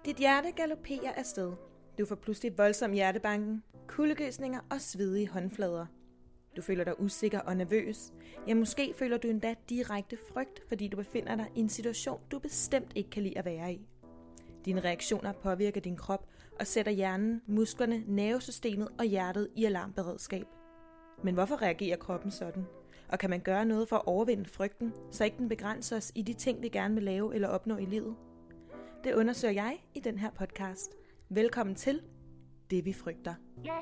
Dit hjerte galopperer afsted. Du får pludselig voldsom hjertebanken, kuldegysninger og svedige håndflader. Du føler dig usikker og nervøs. Ja, måske føler du endda direkte frygt, fordi du befinder dig i en situation, du bestemt ikke kan lide at være i. Dine reaktioner påvirker din krop og sætter hjernen, musklerne, nervesystemet og hjertet i alarmberedskab. Men hvorfor reagerer kroppen sådan? Og kan man gøre noget for at overvinde frygten, så ikke den begrænser os i de ting, vi gerne vil lave eller opnå i livet? Det undersøger jeg i den her podcast. Velkommen til Det vi frygter.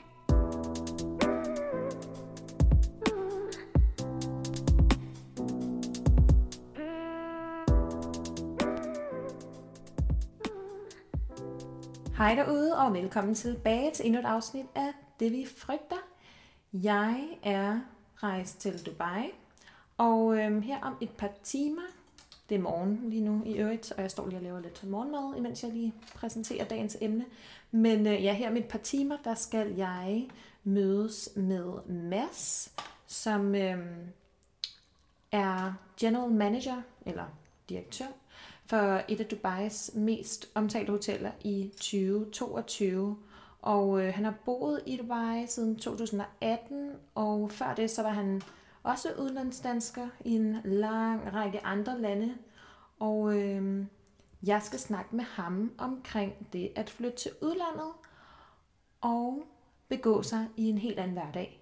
Hej derude og velkommen tilbage til endnu et afsnit af Det vi frygter. Jeg er rejst til Dubai, og her om et par timer, det er morgen lige nu i øvrigt, og jeg står lige og laver lidt morgenmad, imens jeg lige præsenterer dagens emne. Men her om et par timer, der skal jeg mødes med Mads, som er general manager, eller direktør, for et af Dubais mest omtalte hoteller i 2022. Og han har boet i Dubai siden 2018, og før det så var han også udlandsdansker i en lang række andre lande. Og jeg skal snakke med ham omkring det at flytte til udlandet og begå sig i en helt anden hverdag.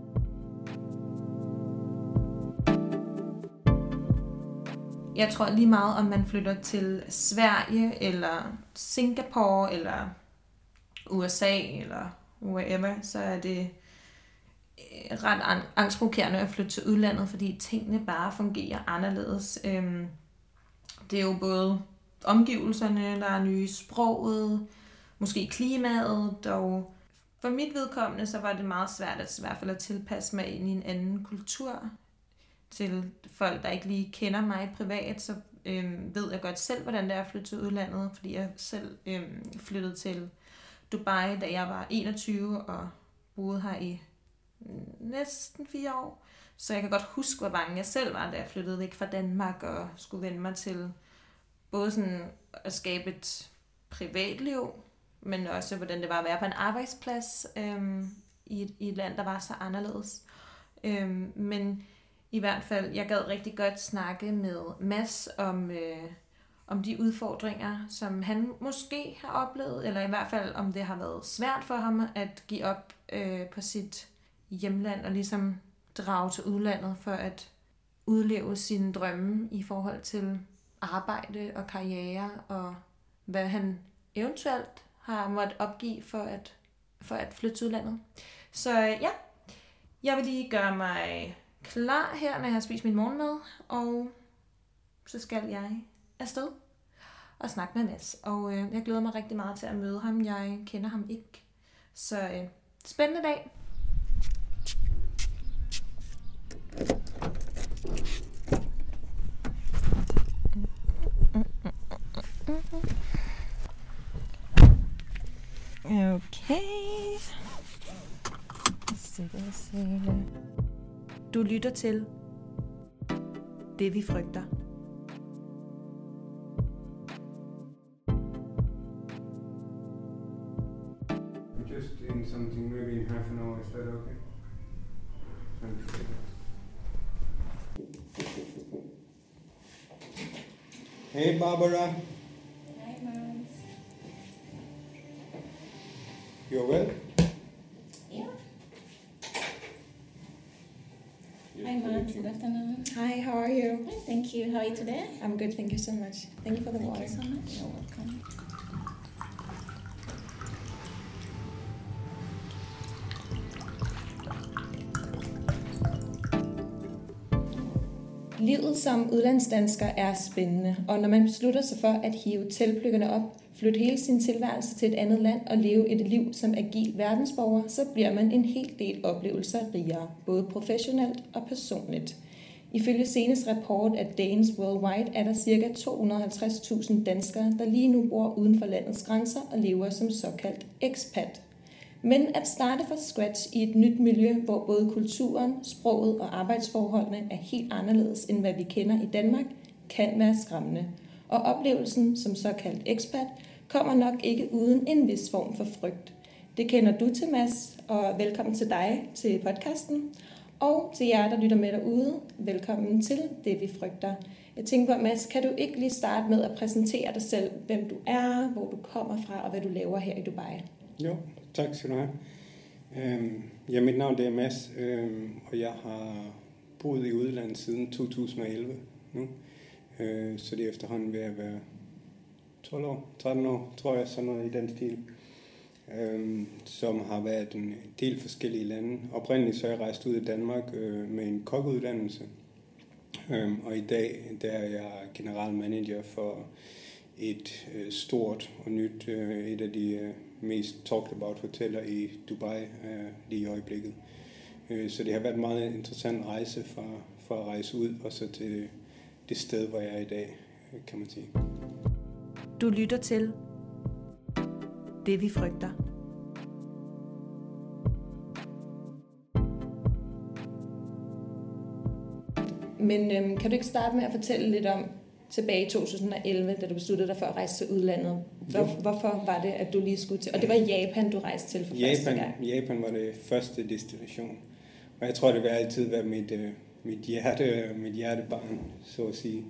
Jeg tror lige meget, om man flytter til Sverige, eller Singapore, eller USA, eller wherever, så er det ret angstprovokerende at flytte til udlandet, fordi tingene bare fungerer anderledes. Det er jo både omgivelserne, der er nye sproget, måske klimaet, og for mit vedkommende, så var det meget svært at i hvert fald at tilpasse mig ind i en anden kultur. Til folk, der ikke lige kender mig privat, så ved jeg godt selv, hvordan det er at flytte til udlandet, fordi jeg selv flyttede til Dubai, da jeg var 21 og boede her i næsten 4 år. Så jeg kan godt huske, hvor bange jeg selv var, da jeg flyttede væk fra Danmark og skulle vende mig til både sådan at skabe et privatliv, men også hvordan det var at være på en arbejdsplads i et land, der var så anderledes. Men i hvert fald, jeg gad rigtig godt snakke med Mads om de udfordringer, som han måske har oplevet, eller i hvert fald om det har været svært for ham at give op på sit hjemland og ligesom drage til udlandet for at udleve sine drømme i forhold til arbejde og karriere, og hvad han eventuelt har måttet opgive for at flytte til udlandet. Så ja, jeg vil lige gøre mig klar her, når jeg har spist min morgenmad, og så skal jeg afsted og snakke med Mads. Og jeg glæder mig rigtig meget til at møde ham. Jeg kender ham ikke. Så spændende dag. Okay. Du lytter til Det vi frygter. We're just in something maybe in half an hour, is that okay? Hey Barbara. Hi Mads. You're well? Yeah. Hi Mads, good afternoon. Hi, how are you? Hi, thank you. How are you today? I'm good, thank you so much. Thank you for the Thank water. you so much. You're welcome. Livet som udlandsdansker er spændende, og når man beslutter sig for at hive teltpløkkerne op, flytte hele sin tilværelse til et andet land og leve et liv som agil verdensborger, så bliver man en hel del oplevelser rigere, både professionelt og personligt. Ifølge senest rapport af Danes Worldwide er der ca. 250.000 danskere, der lige nu bor uden for landets grænser og lever som såkaldt expat. Men at starte fra scratch i et nyt miljø, hvor både kulturen, sproget og arbejdsforholdene er helt anderledes end hvad vi kender i Danmark, kan være skræmmende. Og oplevelsen som såkaldt expat kommer nok ikke uden en vis form for frygt. Det kender du til, Mads, og velkommen til dig til podcasten. Og til jer, der lytter med derude, velkommen til Det Vi Frygter. Jeg tænker på, Mads, kan du ikke lige starte med at præsentere dig selv, hvem du er, hvor du kommer fra og hvad du laver her i Dubai? Jo, tak skal du have. Mit navn det er Mads, og jeg har boet i udlandet siden 2011 nu. Så det er efterhånden ved at være 12 år, 13 år, tror jeg, sådan noget i den stil. Som har været en del forskellige lande. Oprindeligt så er jeg rejst ud i Danmark med en kokkeuddannelse. Og i dag der er jeg generalmanager for et stort og nyt, et af de mest talked about hoteller i Dubai lige i øjeblikket. Så det har været en meget interessant rejse fra at rejse ud og så til det sted, hvor jeg er i dag, kan man sige. Du lytter til Det Vi Frygter. Men kan du ikke starte med at fortælle lidt om tilbage i 2011, da du besluttede dig for at rejse til udlandet? Hvorfor var det, at du lige skulle til? Og det var Japan, du rejste til for første gang. Japan var det første destination. Og jeg tror, det vil altid være mit hjertebarn, så at sige.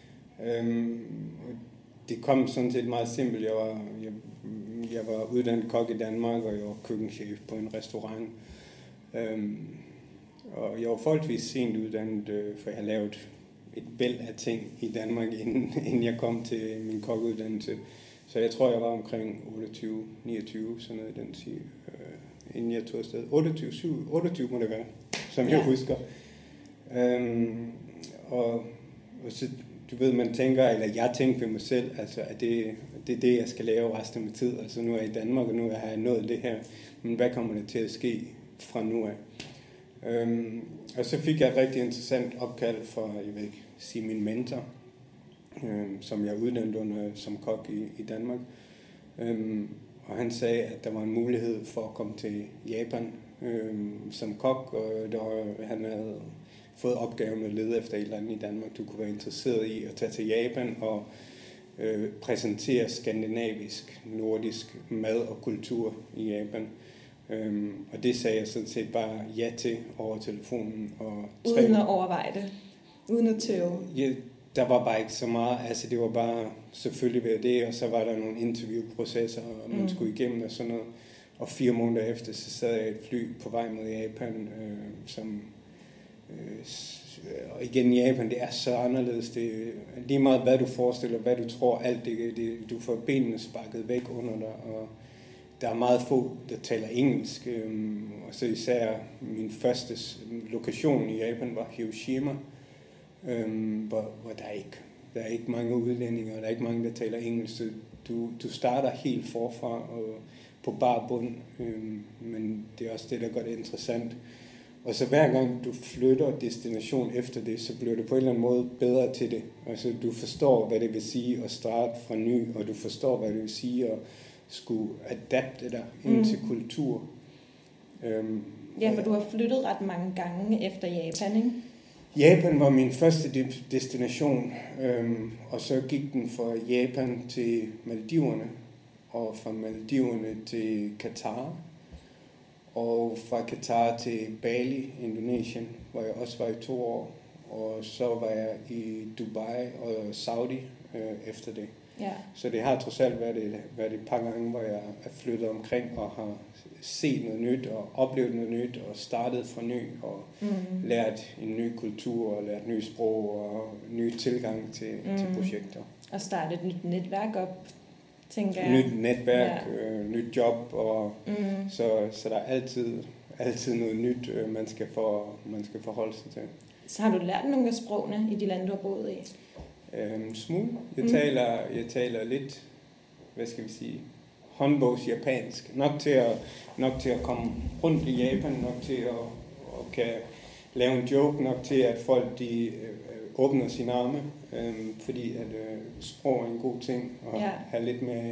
Det kom sådan set meget simpelt. Jeg var uddannet kok i Danmark, og jeg var køkkenchef på en restaurant. Og jeg var forholdsvis sent uddannet, for jeg har lavet et væld af ting i Danmark, inden jeg kom til min kokkeuddannelse. Så jeg tror, jeg var omkring 28-29, sådan noget i den tid, inden jeg tog afsted. 28 må det være, som jeg husker. Og så, du ved, man tænker, eller jeg tænkte ved mig selv, altså, at det er det, jeg skal lave resten af min tid. Altså nu er jeg i Danmark, og nu har jeg nået det her. Men hvad kommer det til at ske fra nu af? Og så fik jeg et rigtig interessant opkald fra, jeg vil ikke sige min mentor, som jeg uddannede under som kok i Danmark. Og han sagde, at der var en mulighed for at komme til Japan som kok, og han havde fået opgaven at lede efter et eller andet i Danmark, du kunne være interesseret i at tage til Japan og præsentere skandinavisk, nordisk mad og kultur i Japan. Og det sagde jeg sådan set bare ja til over telefonen. Uden at overveje det? Uden at tøve? Ja, der var bare ikke så meget. Altså det var bare selvfølgelig ved det, og så var der nogle interviewprocesser, og man skulle igennem og sådan noget. Og 4 måneder efter, så sad jeg i et fly på vej mod Japan, og igen Japan, det er så anderledes. Det er lige meget, hvad du forestiller, hvad du tror, alt det du får benene sparket væk under dig, og der er meget få, der taler engelsk, og så især min første lokation i Japan var Hiroshima, hvor der er ikke mange udlændinge, og der er ikke mange, der taler engelsk. Så du starter helt forfra og på bar bund, men det er også det, der gør det interessant. Og så hver gang du flytter destination efter det, så bliver du på en eller anden måde bedre til det. Altså du forstår, hvad det vil sige at starte fra ny, og du forstår, hvad det vil sige at skulle adapte dig ind til kultur. Ja, for du har flyttet ret mange gange efter Japan, ikke? Japan var min første destination, og så gik den fra Japan til Maldiverne, og fra Maldiverne til Katar, og fra Katar til Bali, Indonesien, hvor jeg også var i 2 år, og så var jeg i Dubai og Saudi efter det. Ja. Så det har trods alt været et par gange, hvor jeg er flyttet omkring og har set noget nyt og oplevet noget nyt og startet fra ny og lært en ny kultur og lært nye sprog og ny tilgang til projekter. Og startet et nyt netværk op, tænker jeg. Nyt netværk, nyt job, og så der er altid noget nyt, man skal forholde sig til. Så har du lært nogle af sprogene i de lande, du har boet i? Smule. Jeg taler lidt, hvad skal vi sige, håndbogs japansk. Nok til at komme rundt i Japan, nok til at kan lave en joke, nok til at folk de åbner sine arme, fordi at sprog er en god ting, og have lidt mere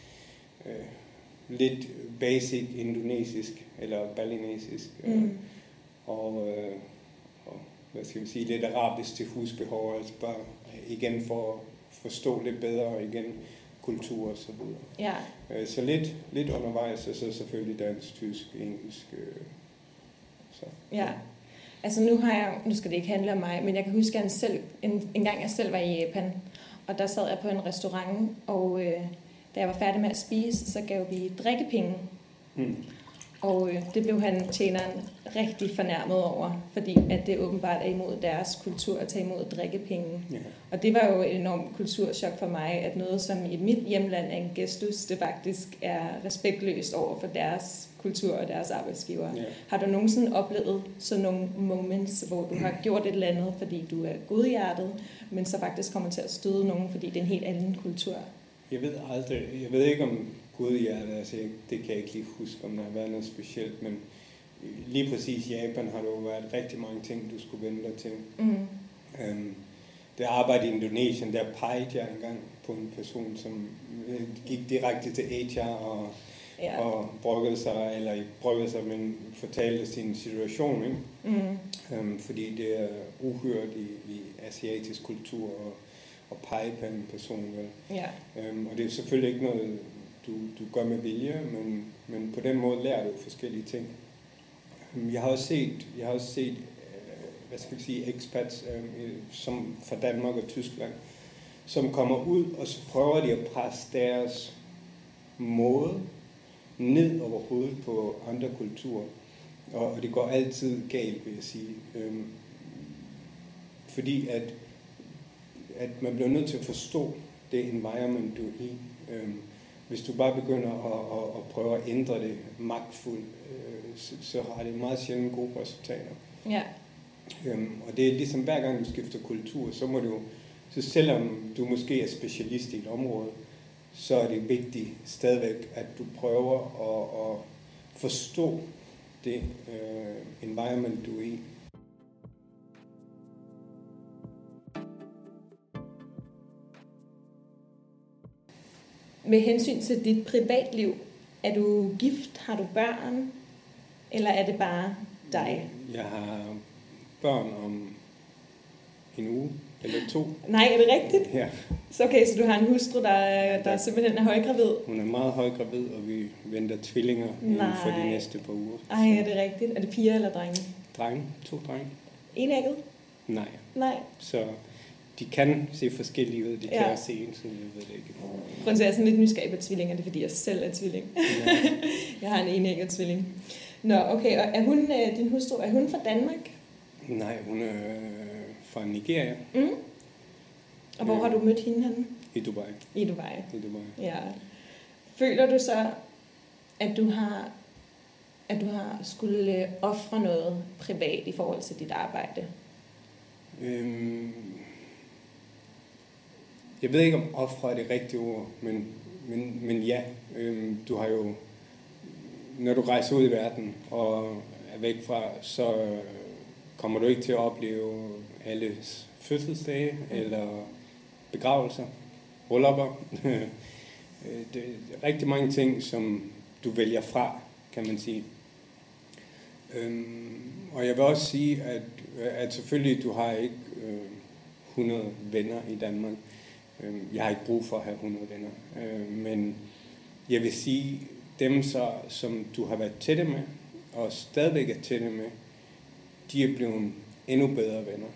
lidt basic indonesisk eller balinesisk, og hvad skal vi sige, lidt arabisk til husbehov, altså bare igen for at forstå lidt bedre, og igen kultur og så videre. Ja. Så lidt undervejs, og så selvfølgelig dansk, tysk, engelsk. Så. Ja. Altså nu skal det ikke handle om mig, men jeg kan huske, at en gang jeg selv var i Japan, og der sad jeg på en restaurant, og da jeg var færdig med at spise, så gav vi drikkepenge. Og det blev tjeneren rigtig fornærmet over, fordi at det åbenbart er imod deres kultur at tage imod drikkepenge. Yeah. Og det var jo et enormt kulturschok for mig, at noget som i mit hjemland er en gestus, det faktisk er respektløst over for deres kultur og deres arbejdsgiver. Yeah. Har du nogensinde oplevet sådan nogle moments, hvor du har gjort et eller andet, fordi du er godhjertet, men så faktisk kommer til at støde nogen, fordi det er en helt anden kultur? Jeg ved ikke om godhjertet, altså det kan jeg ikke lige huske, om der har været noget specielt, men lige præcis i Japan har der jo været rigtig mange ting, du skulle vende dig til. Da jeg arbejdede i Indonesien, der pegede jeg engang på en person, som gik direkte til HR og brokkede sig, men fortalte sin situation, ikke? Fordi det er uhørt i asiatisk kultur og pege på en person. Og det er selvfølgelig ikke noget, du gør med vilje, men på den måde lærer du forskellige ting. Jeg har også set hvad skal vi sige, expats som fra Danmark og Tyskland, som kommer ud, og så prøver de at presse deres måde ned over hovedet på andre kulturer. Og det går altid galt, vil jeg sige. Fordi at man bliver nødt til at forstå det environment, du er i. Hvis du bare begynder at prøve at ændre det magtfuldt, så har det meget sjældent gode resultater. Ja. Og det er ligesom hver gang du skifter kultur, så selvom du måske er specialist i et område, så er det vigtigt stadigvæk, at du prøver at forstå det environment, du er i. Med hensyn til dit privatliv, er du gift? Har du børn? Eller er det bare dig? Jeg har børn om en uge eller 2. Nej, er det rigtigt? Ja. Så okay, så du har en hustru, der simpelthen er højgravid? Hun er meget højgravid, og vi venter tvillinger inden for de næste par uger. Ej, er det rigtigt? Er det piger eller drenge? Drenge. 2 drenge. Enægget? Nej. Så de kan se forskellige ud. De kan også se en, så jeg ved det ikke. Prøv at sige, jeg er sådan lidt nysgerrig på tvillinger, det er fordi, jeg selv er tvilling. Ja. Jeg har en enægget tvilling. Nå, okay, og er hun, din hustru, er hun fra Danmark? Nej, hun er fra Nigeria. Og hvor har du mødt hende henne? I Dubai. I Dubai. Ja. Føler du så, at du har skulle ofre noget privat i forhold til dit arbejde? Jeg ved ikke, om ofre er det rigtige ord, men ja. Du har jo, når du rejser ud i verden og er væk fra, så kommer du ikke til at opleve alles fødselsdage eller begravelser, bryllupper. Det er rigtig mange ting, som du vælger fra, kan man sige. Og jeg vil også sige, at selvfølgelig du har ikke 100 venner i Danmark. Jeg har ikke brug for at have 100 venner. Men jeg vil sige, dem som du har været tætte med, og stadigvæk er tætte med, de er blevet endnu bedre venner.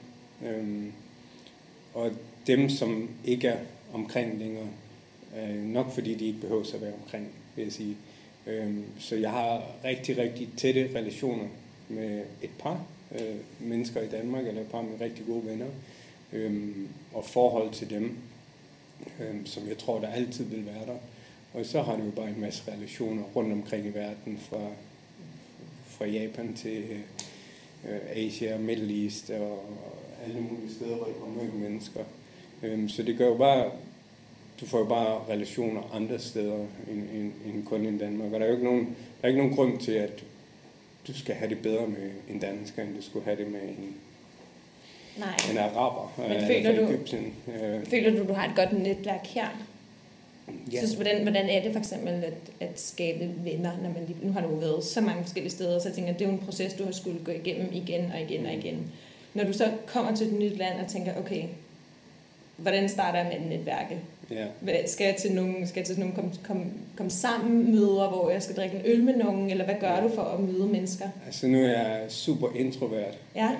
Og dem, som ikke er omkring længere, nok fordi de ikke behøver at være omkring, vil jeg sige. Så jeg har rigtig, rigtig tætte relationer med et par mennesker i Danmark, eller et par med rigtig gode venner, og forhold til dem, som jeg tror, der altid vil være der. Og så har du jo bare en masse relationer rundt omkring i verden, fra Japan til Asia, Middle East og alle mulige steder, hvor der kommer mennesker. Så det gør jo bare, du får jo bare relationer andre steder end kun i Danmark. Og der er jo ikke nogen grund til, at du skal have det bedre med en dansker, end du skulle have det med en araber. Men føler du har et godt netværk her? Ja. Så hvordan er det for eksempel at skabe venner, når nu har du været så mange forskellige steder, så jeg tænker, at det er jo en proces, du har skulle gå igennem igen og igen og igen. Når du så kommer til et nyt land og tænker, okay, hvordan starter jeg med et netværke? Skal jeg til nogle komme sammen møder, hvor jeg skal drikke en øl med nogen, eller hvad gør du for at møde mennesker? Altså nu er jeg super introvert. Ja.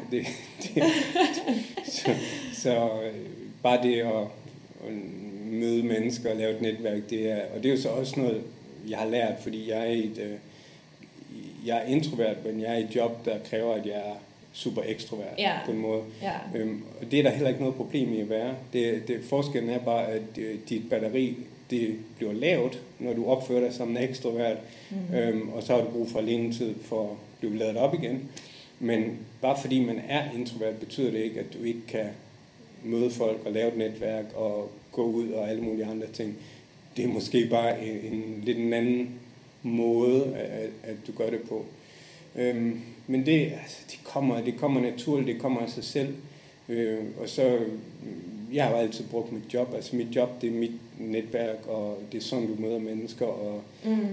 Så bare det at møde mennesker og lave et netværk, og det er jo så også noget, jeg har lært, fordi jeg er introvert, men jeg er i et job, der kræver, at jeg er super ekstrovert på en måde. Ja. Og det er der heller ikke noget problem i at være. Forskellen er bare, at dit batteri, det bliver lavt, når du opfører dig som en ekstrovert, og så har du brug for alene tid for at blive ladet op igen. Men bare fordi man er introvert, betyder det ikke, at du ikke kan møde folk og lave et netværk og gå ud og alle mulige andre ting. Det er måske bare en lidt en anden måde, at du gør det på. Men det kommer naturligt, det kommer af sig selv. Og så, jeg har jo altid brugt mit job. Altså mit job, det er mit netværk, og det er sådan, du møder mennesker. Og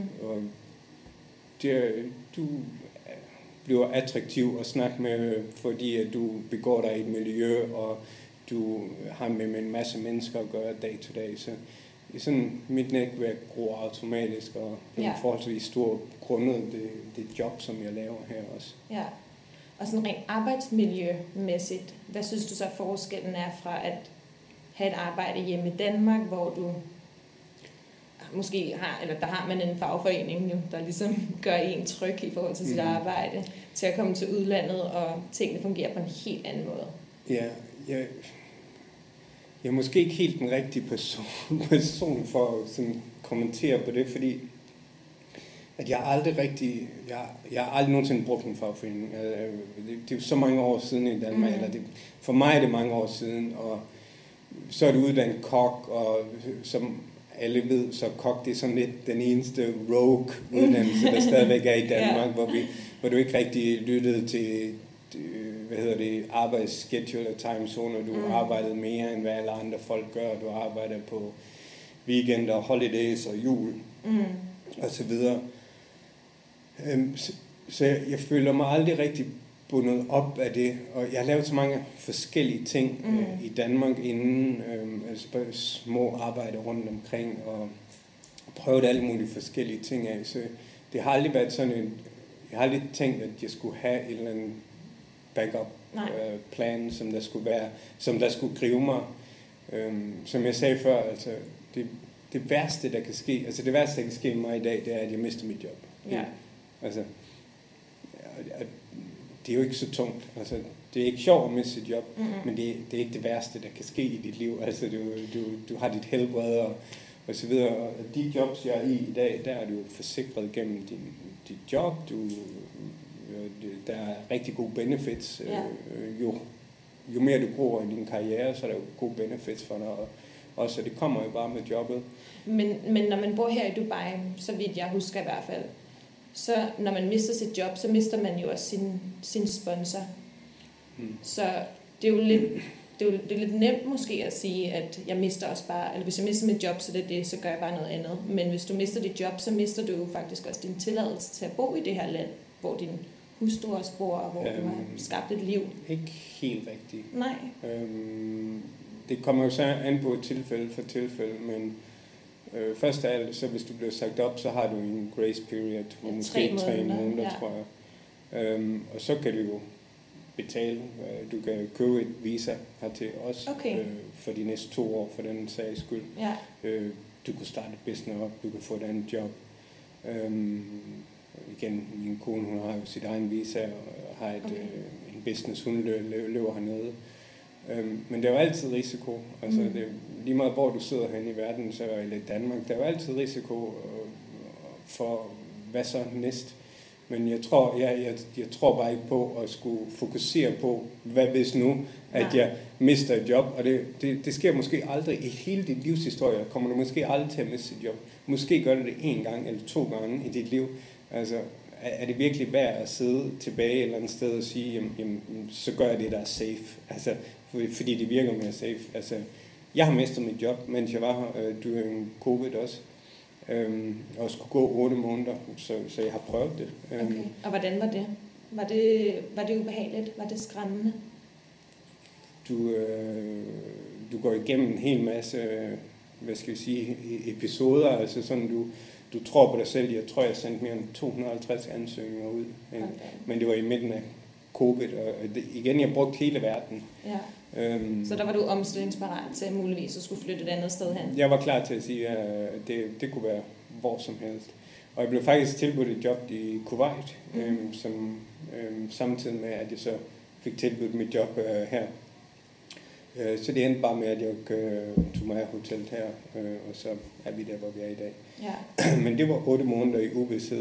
du bliver attraktiv at snakke med, fordi at du begår dig i et miljø, og du har med en masse mennesker at gøre dag til dag. Så sådan, mit netværk gror automatisk, og det er forholdsvis stor grundet det job, som jeg laver her også. Ja, og sådan rent arbejdsmiljømæssigt, hvad synes du så forskellen er fra at have et arbejde hjemme i Danmark, hvor du måske har, eller der har man en fagforening, der ligesom gør en tryg i forhold til sit arbejde, til at komme til udlandet, og tingene fungerer på en helt anden måde? Ja, jeg er måske ikke helt den rigtige person for at sådan kommentere på det, fordi at jeg har aldrig nogensinde brugt en fagforening. Det er jo så mange år siden i Danmark, for mig er det mange år siden, og så er du uddannet kok, og som alle ved, så kok, det er sådan lidt den eneste rogue uddannelse, der stadigvæk er i Danmark, hvor du ikke rigtig lyttede til arbejdsschedule og timezoner. Du arbejdede mere, end hvad alle andre folk gør. Du arbejder på weekender, holidays og jul, og så videre. Så jeg føler mig aldrig rigtig bundet op af det, og jeg har lavet så mange forskellige ting i Danmark inden, altså små arbejder rundt omkring, og prøvet alle mulige forskellige ting af, så det har aldrig været sådan jeg har aldrig tænkt, at jeg skulle have en eller anden backup plan, som der skulle gribe mig. Som jeg sagde før, altså det værste, der kan ske, altså det værste, der kan ske med mig i dag, det er, at jeg mister mit job. Ja. Altså, det er jo ikke så tungt. Altså, det er ikke sjovt at miste sit job, men det er ikke det værste, der kan ske i dit liv. Altså, du har dit helbred og så videre. Og de jobs, jeg er i dag, der er du forsikret gennem dit job. Der er rigtig gode benefits. Jo mere du gror i din karriere, så er der jo gode benefits for dig. Og så det kommer jo bare med jobbet. Men når man bor her i Dubai, så vidt jeg husker i hvert fald, så når man mister sit job, så mister man jo også sin sponsor. Så det er jo lidt nemt måske at sige, at jeg mister også bare, eller hvis jeg mister mit job, så gør jeg bare noget andet. Men hvis du mister dit job, så mister du jo faktisk også din tilladelse til at bo i det her land, hvor din hustru også bor, og hvor du har skabt et liv. Ikke helt rigtigt. Nej. Det kommer jo så an på tilfælde for tilfælde, men først af alt, så hvis du bliver sagt op, så har du en grace period på måske 3 måneder, tror jeg. Og så kan du jo betale. Du kan købe et visa hertil også, for de næste 2 år, for den sags skyld. Ja. Du kan starte et business op, du kan få et andet job. Igen, min kone, hun har jo sit egen visa og har en business, hun løber hernede. Men det er jo altid risiko. Altså, det er lige meget, hvor du sidder hen i verden, eller i Danmark, der er jo altid risiko for, hvad så næst. Men jeg tror bare ikke på at skulle fokusere på, hvad hvis nu, at jeg mister et job. Og det sker måske aldrig i hele dit livshistorie. Kommer du måske aldrig til at miste et job. Måske gør du det 1 gang eller 2 gange i dit liv. Altså, er det virkelig værd at sidde tilbage et eller andet sted og sige, jamen, så gør jeg det, der er safe. Altså, fordi det virker mere safe. Altså, jeg har mistet mit job, mens jeg var her during covid også. Og skulle gå 8 måneder, så jeg har prøvet det. Okay. Og hvordan var det? Var det ubehageligt? Var det skræmmende? Du går igennem en hel masse hvad skal vi sige, episoder, altså sådan, du tror på dig selv. Jeg tror, jeg sendte mere end 250 ansøgninger ud, okay. Men det var i midten af covid, og igen, jeg brugte hele verden. Ja. Så der var du omstillingsparat til muligvis at skulle flytte et andet sted hen? Jeg var klar til at sige, at det kunne være hvor som helst. Og jeg blev faktisk tilbudt et job i Kuwait, samtidig med, at jeg så fik tilbudt mit job her. Så det endte bare med, at jeg tog mig af hotellet her, og så er vi der, hvor vi er i dag. Ja. Men det var 8 måneder i uvished.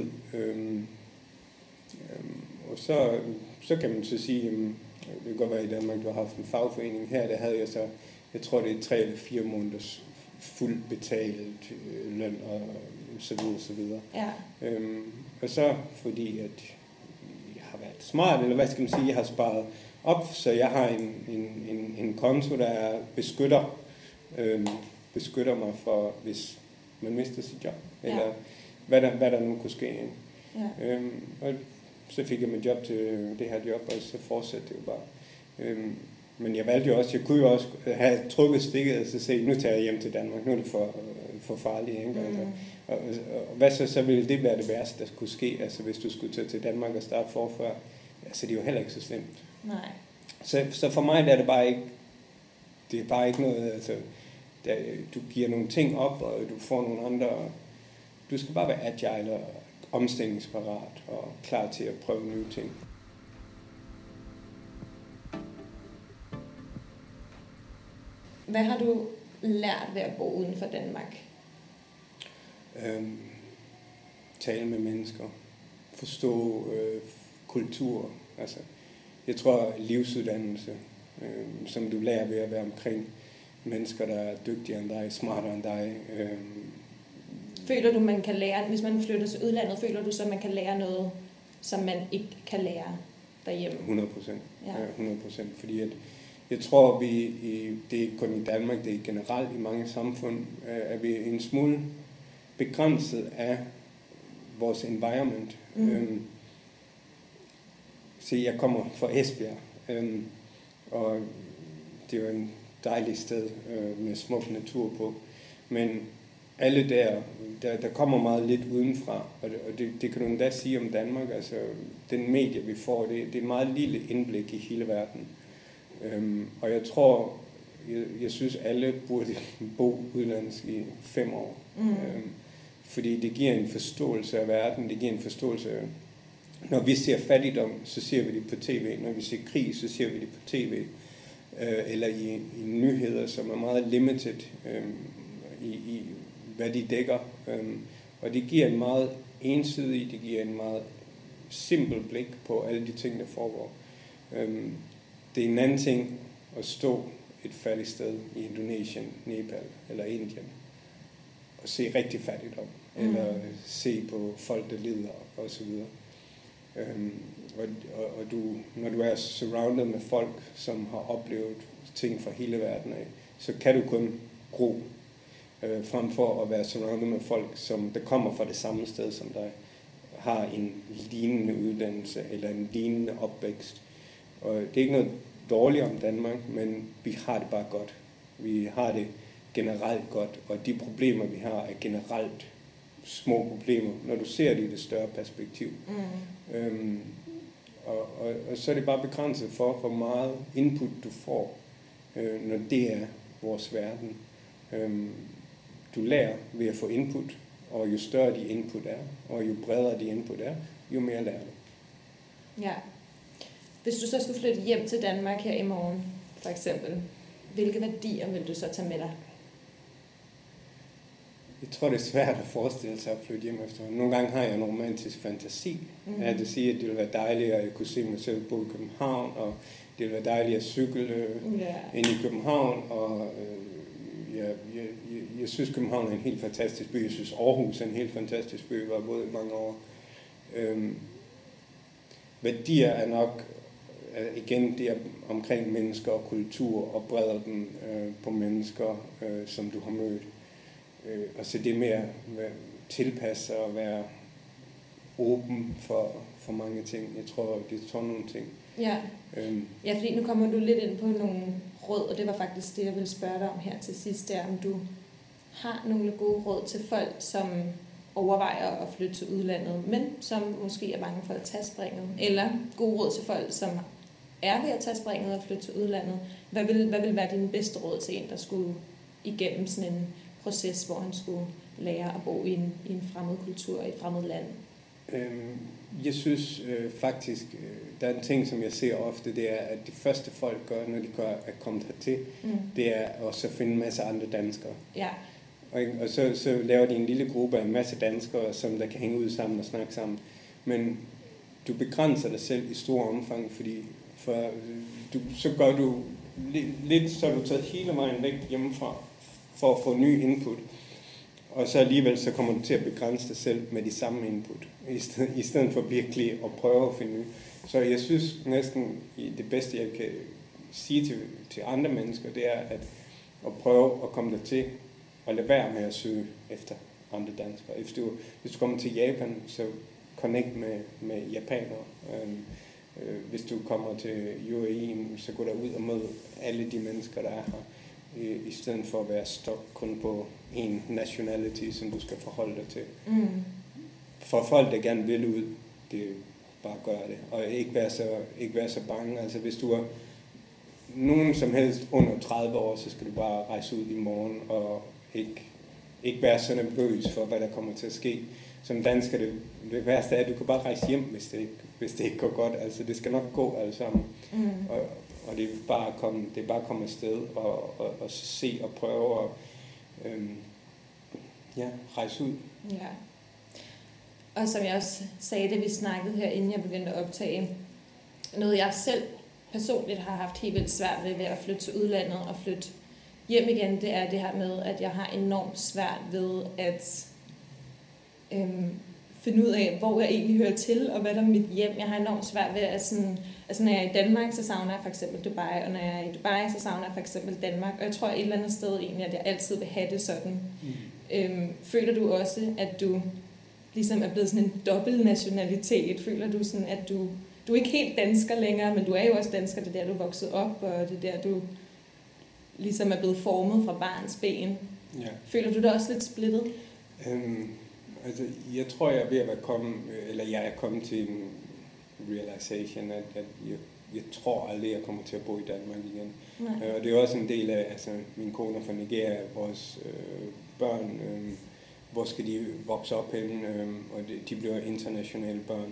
Og så kan man så sige, det kan godt være i Danmark, du har haft en fagforening. Her der havde jeg så, jeg tror det er 3 eller 4 måneders fuldt betalt løn og så videre, så videre. Ja. Og så fordi at jeg har været smart, eller hvad skal man sige, jeg har sparet op, så jeg har en konto, der beskytter mig for, hvis man mister sit job, eller hvad der nu kunne ske. Ja. Og så fik jeg mit job til det her job, og så fortsatte det jo bare. Men jeg valgte jo også, jeg kunne jo også have trukket stikket og så se, nu tager jeg hjem til Danmark, nu er det for farligt. Ikke? Og hvad så ville det være det værste, der skulle ske, altså hvis du skulle tage til Danmark og starte forfra? Altså det er jo heller ikke så slemt. Nej. Så for mig der er det bare ikke noget, altså du giver nogle ting op, og du får nogle andre, du skal bare være agile og omstillingsparat og klar til at prøve nye ting. Hvad har du lært ved at bo uden for Danmark? Tale med mennesker. Forstå kultur. Altså, jeg tror livsuddannelse, som du lærer ved at være omkring mennesker, der er dygtigere end dig, smartere end dig. Føler du, man kan lære, hvis man flytter til udlandet, føler du så, at man kan lære noget, som man ikke kan lære derhjemme? 100%. Ja. 100%. Fordi jeg tror, det er ikke kun i Danmark, det er generelt i mange samfund, at vi er en smule begrænset af vores environment. Så jeg kommer fra Esbjerg, og det er jo en dejlig sted med smuk natur på. Men alle der kommer meget lidt udenfra, og det kan du endda sige om Danmark. Altså, den medie, vi får, det er et meget lille indblik i hele verden. Og jeg tror, jeg synes, alle burde bo udlands i 5 år. Fordi det giver en forståelse af verden, det giver en forståelse af, når vi ser fattigdom, så ser vi det på tv. Når vi ser krig, så ser vi det på tv. Eller i nyheder, som er meget limited i hvad de dækker. Og det giver en meget ensidig, det giver en meget simpel blik på alle de ting, der foregår. Det er en anden ting at stå et fattigt sted i Indonesien, Nepal eller Indien og se rigtig fattigdom, eller se på folk, der lider osv. Og når du er surrounded med folk, som har oplevet ting fra hele verden af, så kan du kun gro, frem for at være surrounded med folk, som der kommer fra det samme sted som dig, har en lignende uddannelse eller en lignende opvækst. Og det er ikke noget dårligt om Danmark, men vi har det bare godt. Vi har det generelt godt, og de problemer, vi har, er generelt små problemer, når du ser det i det større perspektiv. Og så er det bare begrænset for, hvor meget input du får, når det er vores verden. Du lærer ved at få input, og jo større de input er, og jo bredere de input er, jo mere lærer du. Ja. Hvis du så skulle flytte hjem til Danmark her i morgen, for eksempel, hvilke værdier vil du så tage med dig? Jeg tror, det er svært at forestille sig at flytte hjem efter. Nogle gange har jeg en romantisk fantasi. At det siger, at det ville være dejligt, at jeg kunne se mig selv bo i København, og det ville være dejligt at cykle ind i København, og jeg synes, København er en helt fantastisk by. Jeg synes, Aarhus er en helt fantastisk by. Jeg var både i mange år. Værdier er nok, igen, det er omkring mennesker og kultur, og breder dem på mennesker, som du har mødt. Og så det med at tilpasse og være åben for mange ting. Jeg tror, det er sådan nogle ting. Ja. Ja, fordi nu kommer du lidt ind på nogle råd, og det var faktisk det, jeg ville spørge dig om her til sidst, der om du har nogle gode råd til folk, som overvejer at flytte til udlandet, men som måske er bange for at tage springet, eller gode råd til folk, som er ved at tage springet og flytte til udlandet. Hvad vil være dine bedste råd til en, der skulle igennem sådan en proces, hvor han skulle lære at bo i en fremmed kultur, i et fremmed land? Jeg synes faktisk, der er en ting, som jeg ser ofte, det er, at det første folk gør, når de er kommet hertil, det er også at finde en masse andre danskere. Ja. Og så laver de en lille gruppe af en masse danskere, som der kan hænge ud sammen og snakke sammen. Men du begrænser dig selv i stor omfang, fordi så gør du lidt, så har du taget hele vejen væk hjemmefra for at få ny input. Og så alligevel så kommer du til at begrænse dig selv med de samme input, i stedet for virkelig at prøve at finde ny. Så jeg synes næsten, det bedste jeg kan sige til andre mennesker, det er at prøve at komme der til og lade være med at søge efter andre danskere. Hvis du kommer til Japan, så connect med japanere. Hvis du kommer til UAE, så gå der ud og mød alle de mennesker, der er her, i stedet for at være stok kun på en nationality, som du skal forholde dig til. For folk, der gerne vil ud, det er bare at gøre det, og ikke være så bange. Altså hvis du er nogen som helst under 30 år, så skal du bare rejse ud i morgen, og ikke være så nervøs for, hvad der kommer til at ske. Som dansker, det værste er, at du kan bare rejse hjem, hvis det ikke går godt. Altså, det skal nok gå alle sammen. Og det er bare at komme afsted og se og prøve at rejse ud. Ja. Og som jeg også sagde, det vi snakkede her, inden jeg begyndte at optage, noget jeg selv personligt har haft helt vildt svært ved at flytte til udlandet og flytte hjem igen, det er det her med, at jeg har enormt svært ved at finde ud af, hvor jeg egentlig hører til, og hvad der er mit hjem. Jeg har enormt svært ved at sådan, altså når jeg er i Danmark, så savner jeg for eksempel Dubai, og når jeg er i Dubai, så savner jeg for eksempel Danmark, og jeg tror et eller andet sted egentlig, at jeg altid vil have det sådan. Føler du også, at du ligesom er blevet sådan en dobbelt nationalitet? Føler du sådan, at du er ikke helt dansker længere, men du er jo også dansker, det er der, du er vokset op, og det er der, du ligesom er blevet formet fra barns ben. Ja. Føler du dig også lidt splittet? Altså, jeg tror, jeg er ved at jeg er kommet til en realization, at jeg tror aldrig, jeg kommer til at bo i Danmark igen. Og det er også en del af, altså min kone er fra Nigeria, vores børn, hvor skal de vokse op henne, og de bliver internationale børn.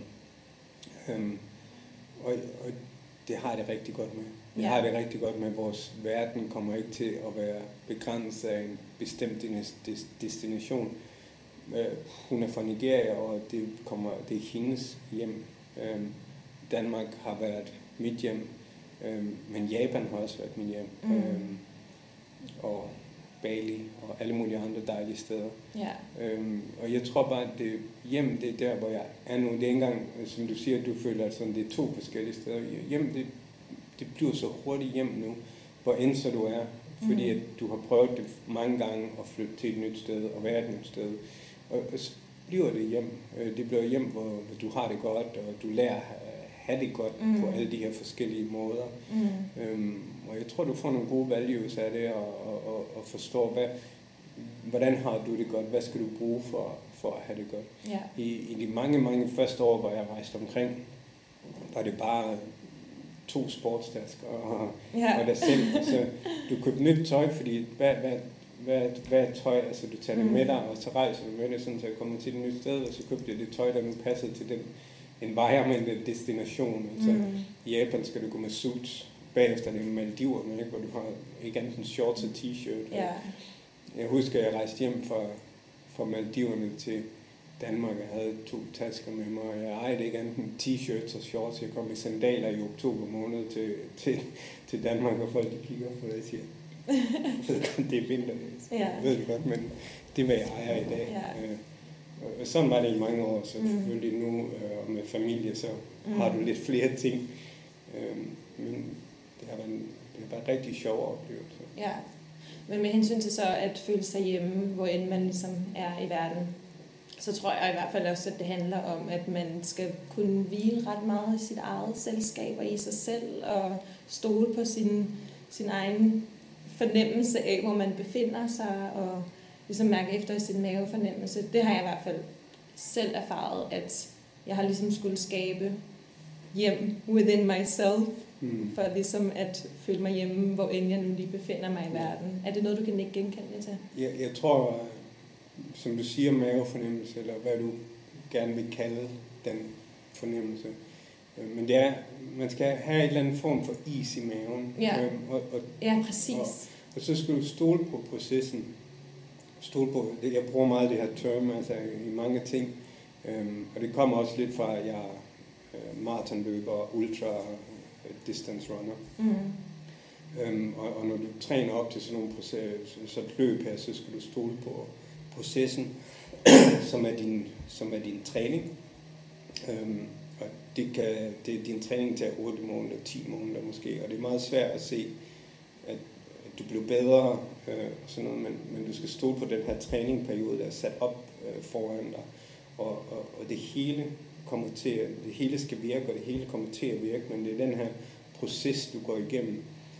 Og det har det rigtig godt med. Jeg har det rigtig godt med, at vores verden kommer ikke til at være begrænset af en bestemt destination. Hun er fra Nigeria, og det er hendes hjem. Danmark har været mit hjem, men Japan har også været mit hjem. Og Bali og alle mulige andre dejlige steder. Og jeg tror bare, at hjem, det er der, hvor jeg er nu. Det er ikke engang, som du siger, at du føler, at sådan, det er 2 forskellige steder. Hjem, det bliver så hurtigt hjem nu, hvor end så du er. Fordi at du har prøvet det mange gange at flytte til et nyt sted og være et nyt sted. Og så bliver det hjem. Det bliver hjem, hvor du har det godt, og du lærer at have det godt på alle de her forskellige måder. Og jeg tror, du får nogle gode values af det, og forstår, hvordan har du det godt, hvad skal du bruge for at have det godt. I de mange første år, hvor jeg rejste omkring, var det bare 2 sportstasker og dig selv. Så du købte nyt tøj, fordi hvad er tøj? Altså du tager det med dig, og så rejser du med det, sådan, så jeg kommer til et nyt sted, og så købte jeg det tøj, der nu passede til den environment destination. Altså, i Japan skal du gå med suits, bagefter det med Maldiverne, ikke? Hvor du har ikke andet end shorts og t-shirt. Jeg husker, at jeg rejste hjem fra Maldiverne til Danmark, jeg havde 2 tasker med mig, og jeg ejede ikke andet end t-shirts og shorts. Jeg kom i sandaler i oktober måned til Danmark, og folk kigger på det og siger, det er vinter, jeg ved det godt, men det er, hvad jeg ejer i dag. Og sådan var det i mange år, så selvfølgelig nu, og med familie, så har du lidt flere ting. Men det har været en rigtig sjov oplevelse. Ja, men med hensyn til så at føle sig hjemme, hvor end man ligesom er i verden, så tror jeg i hvert fald også, at det handler om, at man skal kunne hvile ret meget i sit eget selskab og i sig selv, og stole på sin egen fornemmelse af, hvor man befinder sig, og ligesom mærke efter i sin mavefornemmelse. Det har jeg i hvert fald selv erfaret, at jeg har ligesom skulle skabe hjem within myself, for ligesom at føle mig hjemme, hvor end jeg nu lige befinder mig i verden. Er det noget, du kan ikke genkende det til? Jeg tror, som du siger, mavefornemmelse, eller hvad du gerne vil kalde den fornemmelse. Men det er, man skal have en eller anden form for is i maven. Ja, ja præcis. Og så skal du stole på processen. Stole på, jeg bruger meget det her term, altså i mange ting. Og det kommer også lidt fra, at jeg er maratonløber, ultra distance runner. Og når du træner op til sådan nogle så et løb her, så skal du stole på processen, som er din træning. Og det er din træning til 8 måneder, 10 måneder måske, og det er meget svært at se, at du bliver bedre og sådan noget, men du skal stole på den her træningperiode, der er sat op foran dig, og det hele skal virke, og det hele kommer til at virke, men det er den her proces, du går igennem.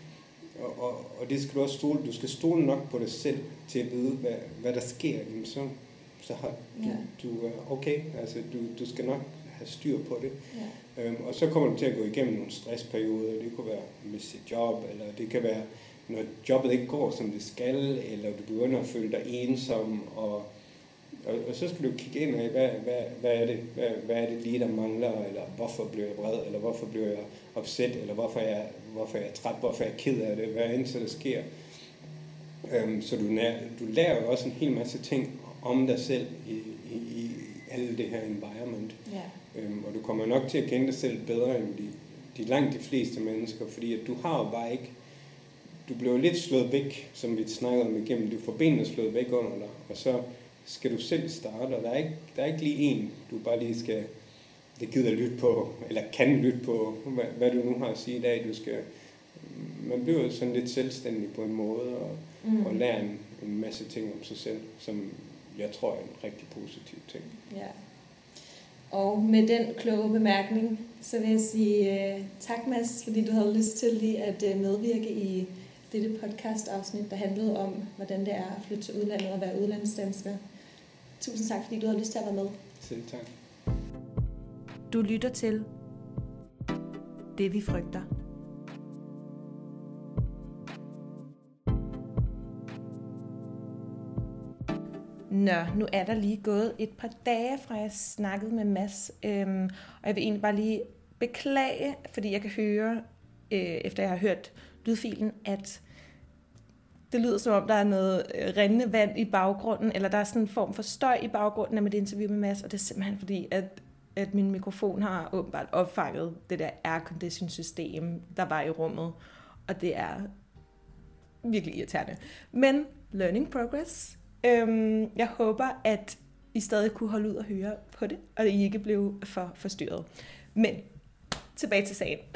Og det skal du også stole. Du skal stole nok på dig selv til at vide, hvad der sker. Jamen så har du okay. Altså du skal nok have styr på det. Ja. Og så kommer du til at gå igennem nogle stressperioder. Det kunne være med sit job, eller det kan være, når jobbet ikke går, som det skal, eller du begynder at føle dig ensom, og så skal du kigge ind af, hvad er det lige, der mangler, eller hvorfor bliver jeg vred, eller hvorfor bliver jeg opsat, eller hvorfor er jeg træt, hvorfor er jeg ked af det, hvad end så der sker. Så du lærer jo også en hel masse ting om dig selv i alle det her environment. Yeah. Og du kommer nok til at kende dig selv bedre end langt de fleste mennesker, fordi at du har jo bare ikke, du bliver lidt slået væk, som vi snakkede om igennem, du får benene slået væk under dig, og så skal du selv starte, og der er ikke lige en, du bare lige skal, det gider lytte på, eller kan lytte på, hvad du nu har at sige i dag. Man bliver sådan lidt selvstændig på en måde, og lærer en masse ting om sig selv, som jeg tror er en rigtig positiv ting. Ja. Og med den kloge bemærkning, så vil jeg sige tak, Mads, fordi du havde lyst til lige at medvirke i dette podcast-afsnit, der handlede om, hvordan det er at flytte til udlandet og være udlandsdansker. Tusind tak, fordi du havde lyst til at være med. Selv tak. Du lytter til Det vi frygter. Nu er der lige gået et par dage, fra jeg snakkede med Mads, og jeg vil egentlig bare lige beklage, fordi jeg kan høre, efter jeg har hørt lydfilen, at det lyder som om, der er noget rindende vand i baggrunden, eller der er sådan en form for støj i baggrunden af mit interview med Mads, og det er simpelthen fordi, at min mikrofon har åbenbart opfanget det der aircondition-system, der var i rummet, og det er virkelig irriterende. Men learning progress. Jeg håber, at I stadig kunne holde ud og høre på det, og I ikke blev for forstyrret. Men tilbage til sagen.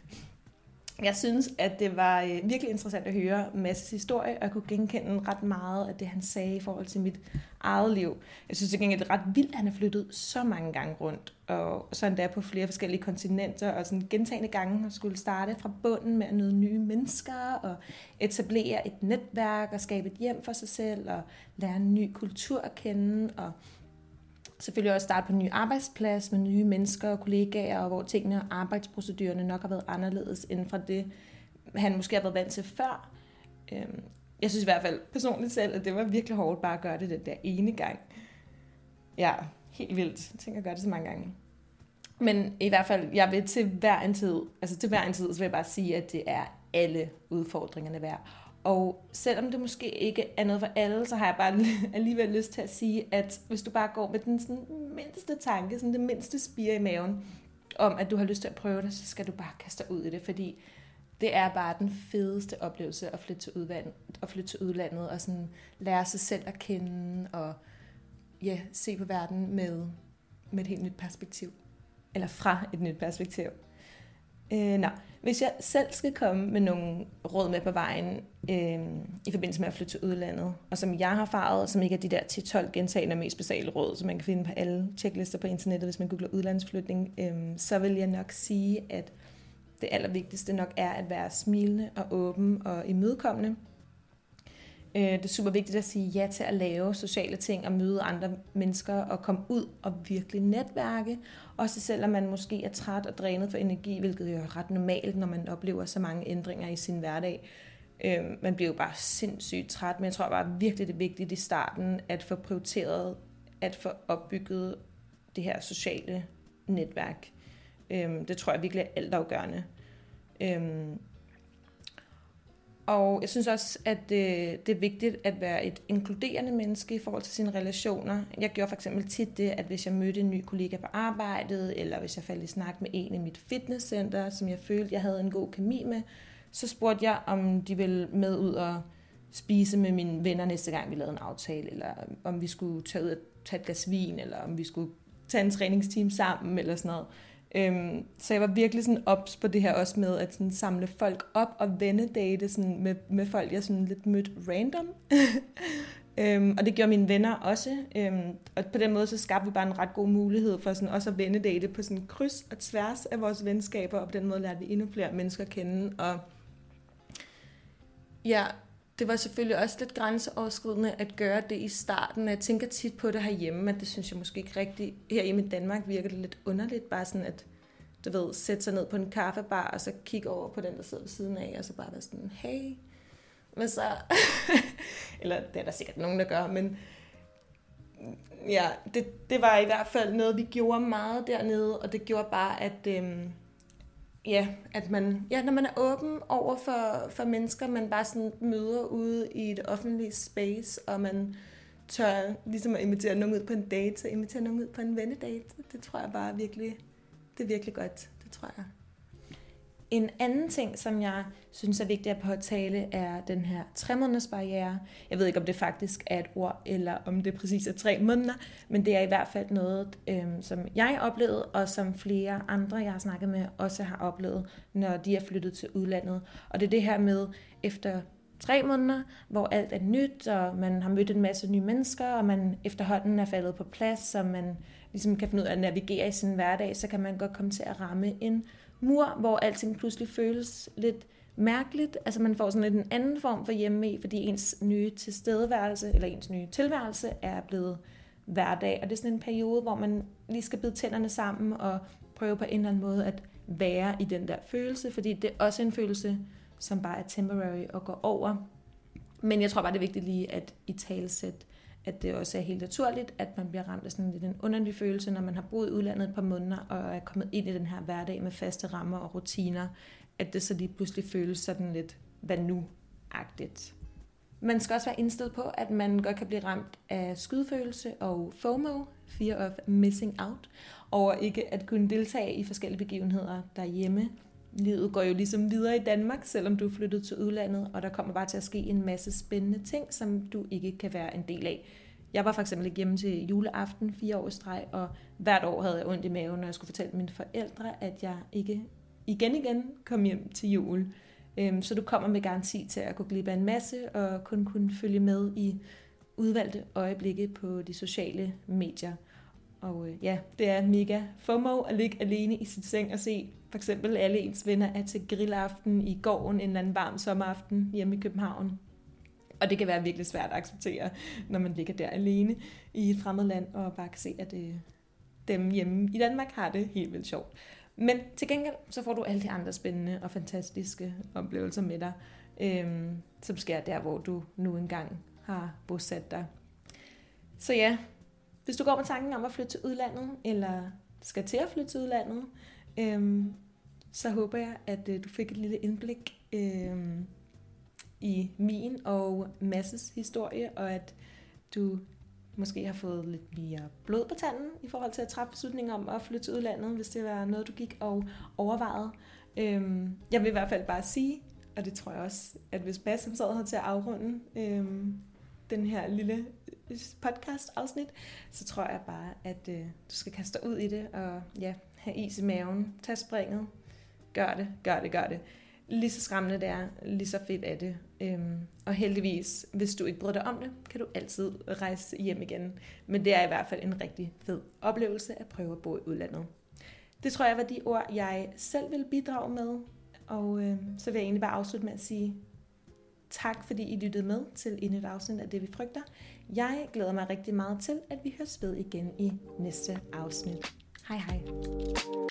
Jeg synes, at det var virkelig interessant at høre Mads' historie, og jeg kunne genkende ret meget af det, han sagde i forhold til mit eget liv. Jeg synes det er ret vildt, at han har flyttet så mange gange rundt, og så endda på flere forskellige kontinenter, og sådan gentagne gange har skulle starte fra bunden med at møde nye mennesker, og etablere et netværk, og skabe et hjem for sig selv, og lære en ny kultur at kende, og selvfølgelig også starte på en ny arbejdsplads med nye mennesker og kollegaer, og hvor tingene og arbejdsprocedurerne nok har været anderledes end fra det, han måske har været vant til før. Jeg synes i hvert fald personligt selv, at det var virkelig hårdt bare at gøre det den der ene gang. Ja, helt vildt. Jeg tænker at gøre det så mange gange. Men i hvert fald, jeg vil til hver en tid, så vil jeg bare sige, at det er alle udfordringerne værd. Og selvom det måske ikke er noget for alle, så har jeg bare alligevel lyst til at sige, at hvis du bare går med den sådan mindste tanke, sådan det mindste spire i maven, om at du har lyst til at prøve det, så skal du bare kaste dig ud i det, fordi det er bare den fedeste oplevelse at flytte til udlandet og sådan lære sig selv at kende og se på verden med et helt nyt perspektiv. Eller fra et nyt perspektiv. Hvis jeg selv skal komme med nogle råd med på vejen i forbindelse med at flytte til udlandet, og som jeg har erfaret, og som ikke er de der 10-12 gentagende mest basale råd, som man kan finde på alle checklister på internettet, hvis man googler udlandsflytning, så vil jeg nok sige, at det allervigtigste nok er at være smilende og åben og imødekommende. Det er super vigtigt at sige ja til at lave sociale ting og møde andre mennesker og komme ud og virkelig netværke. Også selvom man måske er træt og drænet for energi, hvilket jo er ret normalt, når man oplever så mange ændringer i sin hverdag. Man bliver jo bare sindssygt træt, men jeg tror bare virkelig, det er vigtigt i starten at få prioriteret, at få opbygget det her sociale netværk. Det tror jeg virkelig er altafgørende. Og jeg synes også, at det er vigtigt at være et inkluderende menneske i forhold til sine relationer. Jeg gjorde for eksempel tit det, at hvis jeg mødte en ny kollega på arbejdet, eller hvis jeg faldt i snak med en i mit fitnesscenter, som jeg følte, jeg havde en god kemi med, så spurgte jeg, om de ville med ud og spise med mine venner næste gang, vi lavede en aftale, eller om vi skulle tage ud og tage et glas vin, eller om vi skulle tage en træningsteam sammen, eller sådan noget. Så jeg var virkelig sådan ops på det her også med at sådan samle folk op og vennedate sådan med folk, jeg sådan lidt mødte random. Og det gjorde mine venner også. Og på den måde så skabte vi bare en ret god mulighed for sådan også at vennedate på sådan kryds og tværs af vores venskaber, og på den måde lærte vi endnu flere mennesker at kende. Og ja, det var selvfølgelig også lidt grænseoverskridende at gøre det i starten. Jeg tænker tit på det herhjemme, at det synes jeg måske ikke rigtigt. Herhjemme i Danmark virker det lidt underligt, bare sådan at, du ved, sætte sig ned på en kaffebar, og så kigge over på den, der sidder ved siden af, og så bare være sådan, hey, hvad så? Eller det er der sikkert nogen, der gør, men ja, det var i hvert fald noget, vi gjorde meget dernede, og det gjorde bare, at at man, når man er åben over for mennesker, man bare sådan møder ude i et offentligt space, og man tør ligesom at invitere nogen ud på en date, så invitere nogen ud på en vennedate. Det tror jeg bare virkelig, det er virkelig godt, det tror jeg. En anden ting, som jeg synes er vigtigt at påtale, er den her 3-månedersbarriere. Jeg ved ikke, om det faktisk er et ord, eller om det præcis er 3 måneder, men det er i hvert fald noget, som jeg oplevede, og som flere andre, jeg har snakket med, også har oplevet, når de er flyttet til udlandet. Og det er det her med, efter 3 måneder, hvor alt er nyt, og man har mødt en masse nye mennesker, og man efterhånden er faldet på plads, så man ligesom kan finde ud af at navigere i sin hverdag, så kan man godt komme til at ramme en mur, hvor alting pludselig føles lidt mærkeligt. Altså man får sådan lidt en anden form for hjemme, fordi ens nye tilstedeværelse, eller ens nye tilværelse er blevet hverdag. Og det er sådan en periode, hvor man lige skal bide tænderne sammen og prøve på en eller anden måde at være i den der følelse, fordi det er også en følelse, som bare er temporary og går over. Men jeg tror bare, det er vigtigt lige at italesætte, at det også er helt naturligt, at man bliver ramt af sådan lidt en underlig følelse, når man har boet i udlandet et par måneder og er kommet ind i den her hverdag med faste rammer og rutiner, at det så lige pludselig føles sådan lidt, hvad nu-agtigt. Man skal også være indstillet på, at man godt kan blive ramt af skydfølelse og FOMO, Fear of Missing Out, over ikke at kunne deltage i forskellige begivenheder derhjemme. Livet går jo ligesom videre i Danmark, selvom du er flyttet til udlandet, og der kommer bare til at ske en masse spændende ting, som du ikke kan være en del af. Jeg var for eksempel ikke hjemme til juleaften 4 år i streg, og hvert år havde jeg ondt i maven, når jeg skulle fortælle mine forældre, at jeg ikke igen kom hjem til jul. Så du kommer med garanti til at gå glip af en masse, og kun kunne følge med i udvalgte øjeblikke på de sociale medier. Og det er mega FOMO at ligge alene i sit seng og se for eksempel alle ens venner er til grillaften i gården en eller anden varm sommeraften hjemme i København. Og det kan være virkelig svært at acceptere, når man ligger der alene i et fremmed land og bare kan se, at dem hjemme i Danmark har det helt vildt sjovt. Men til gengæld så får du alle de andre spændende og fantastiske oplevelser med dig, som sker der, hvor du nu engang har bosat dig. Så ja, hvis du går med tanken om at flytte til udlandet, eller skal til at flytte til udlandet, så håber jeg, at du fik et lille indblik i min og Masses historie, og at du måske har fået lidt mere blod på tanden i forhold til at træffe beslutningen om at flytte til udlandet, hvis det var noget, du gik og overvejede. Jeg vil i hvert fald bare sige, og det tror jeg også, at hvis Bassem sad her til at afrunde den her lille podcast-afsnit, så tror jeg bare, at du skal kaste dig ud i det, og have is i maven, tag springet, gør det. Lige så skræmmende det er, lige så fedt er det. Og heldigvis, hvis du ikke bryder dig om det, kan du altid rejse hjem igen. Men det er i hvert fald en rigtig fed oplevelse at prøve at bo i udlandet. Det tror jeg var de ord, jeg selv vil bidrage med. Og så vil jeg egentlig bare afslutte med at sige, Tak fordi I lyttede med til endnu et afsnit af Det vi frygter. Jeg glæder mig rigtig meget til, at vi høres ved igen i næste afsnit. Hej hej.